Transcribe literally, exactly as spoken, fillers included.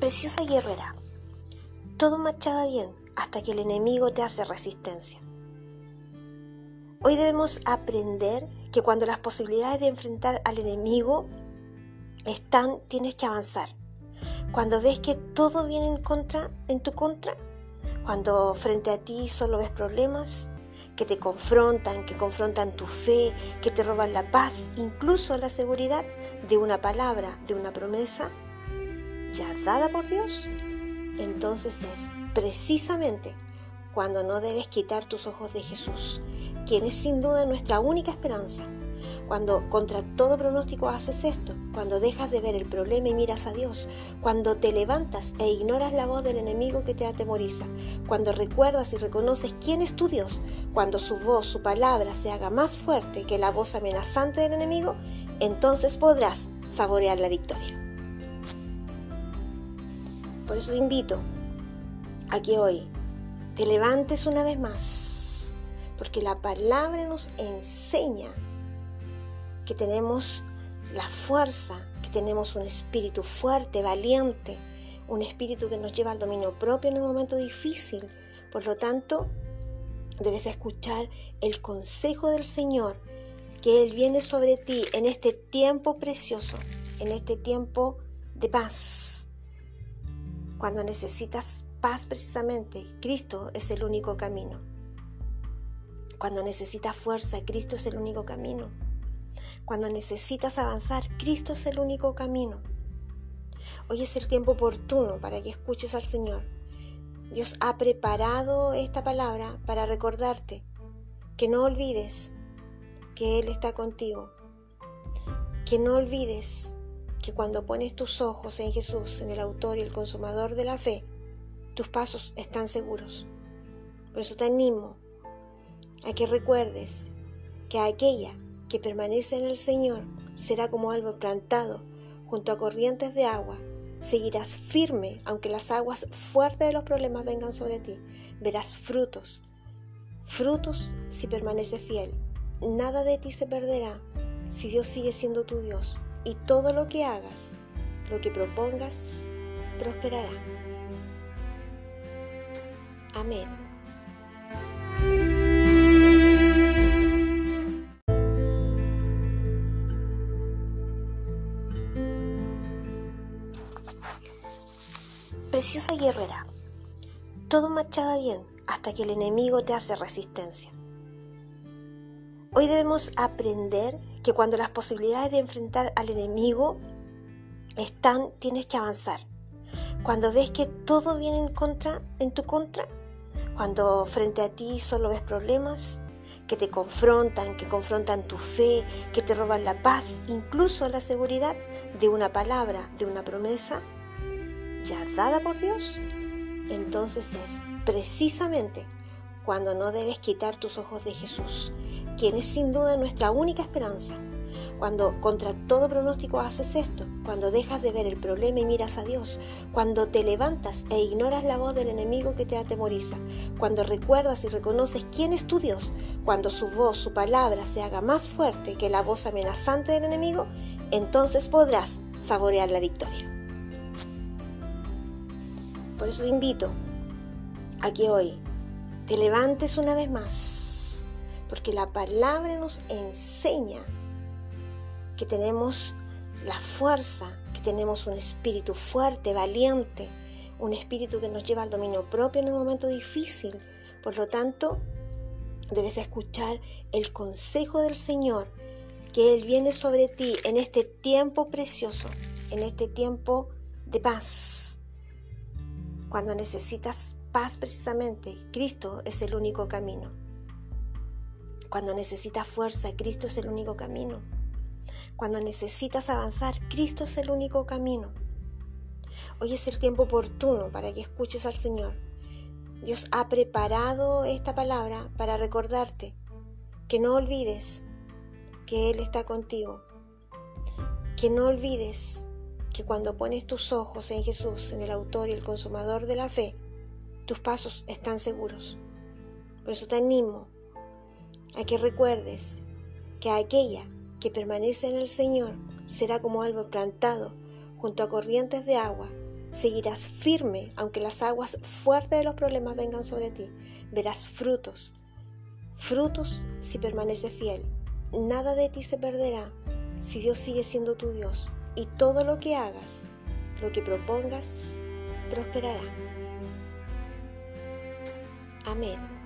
Preciosa guerrera, todo marchaba bien hasta que el enemigo te hace resistencia. Hoy debemos aprender que cuando las posibilidades de enfrentar al enemigo están, tienes que avanzar. Cuando ves que todo viene en contra, en tu contra, cuando frente a ti solo ves problemas que te confrontan, que confrontan tu fe, que te roban la paz, incluso la seguridad de una palabra, de una promesa ya dada por Dios, entonces es precisamente cuando no debes quitar tus ojos de Jesús, quien es sin duda nuestra única esperanza. Cuando contra todo pronóstico haces esto, cuando dejas de ver el problema y miras a Dios, cuando te levantas e ignoras la voz del enemigo que te atemoriza, cuando recuerdas y reconoces quién es tu Dios, cuando su voz, su palabra se haga más fuerte que la voz amenazante del enemigo, entonces podrás saborear la victoria. Por eso te invito a que hoy te levantes una vez más, porque la palabra nos enseña que tenemos la fuerza, que tenemos un espíritu fuerte, valiente, un espíritu que nos lleva al dominio propio en un momento difícil. Por lo tanto, debes escuchar el consejo del Señor, que Él viene sobre ti en este tiempo precioso, en este tiempo de paz. Cuando necesitas paz precisamente, Cristo es el único camino. Cuando necesitas fuerza, Cristo es el único camino. Cuando necesitas avanzar, Cristo es el único camino. Hoy es el tiempo oportuno para que escuches al Señor. Dios ha preparado esta palabra para recordarte que no olvides que Él está contigo. Que no olvides que cuando pones tus ojos en Jesús, en el autor y el consumador de la fe, tus pasos están seguros. Por eso te animo a que recuerdes que aquella que permanece en el Señor será como árbol plantado junto a corrientes de agua. Seguirás firme aunque las aguas fuertes de los problemas vengan sobre ti. Verás frutos, frutos si permaneces fiel. Nada de ti se perderá si Dios sigue siendo tu Dios. Y todo lo que hagas, lo que propongas, prosperará. Amén. Preciosa guerrera, todo marchaba bien hasta que el enemigo te hace resistencia. Hoy debemos aprender que cuando las posibilidades de enfrentar al enemigo están, tienes que avanzar. Cuando ves que todo viene en contra, en tu contra, cuando frente a ti solo ves problemas que te confrontan, que confrontan tu fe, que te roban la paz, incluso la seguridad de una palabra, de una promesa ya dada por Dios, entonces es precisamente cuando no debes quitar tus ojos de Jesús, quien es sin duda nuestra única esperanza. Cuando contra todo pronóstico haces esto, cuando dejas de ver el problema y miras a Dios, cuando te levantas e ignoras la voz del enemigo que te atemoriza, cuando recuerdas y reconoces quién es tu Dios, cuando su voz, su palabra se haga más fuerte que la voz amenazante del enemigo, entonces podrás saborear la victoria. Por eso te invito a que hoy te levantes una vez más, porque la palabra nos enseña que tenemos la fuerza, que tenemos un espíritu fuerte, valiente, un espíritu que nos lleva al dominio propio en un momento difícil. Por lo tanto, debes escuchar el consejo del Señor, que Él viene sobre ti en este tiempo precioso, en este tiempo de paz. Cuando necesitas paz precisamente, Cristo es el único camino. Cuando necesitas fuerza, Cristo es el único camino. Cuando necesitas avanzar, Cristo es el único camino. Hoy es el tiempo oportuno para que escuches al Señor. Dios ha preparado esta palabra para recordarte que no olvides que Él está contigo. Que no olvides que cuando pones tus ojos en Jesús, en el autor y el consumador de la fe, tus pasos están seguros. Por eso te animo a que recuerdes que aquella que permanece en el Señor será como árbol plantado junto a corrientes de agua. Seguirás firme, aunque las aguas fuertes de los problemas vengan sobre ti. Verás frutos, frutos si permaneces fiel. Nada de ti se perderá si Dios sigue siendo tu Dios. Y todo lo que hagas, lo que propongas, prosperará. Amén.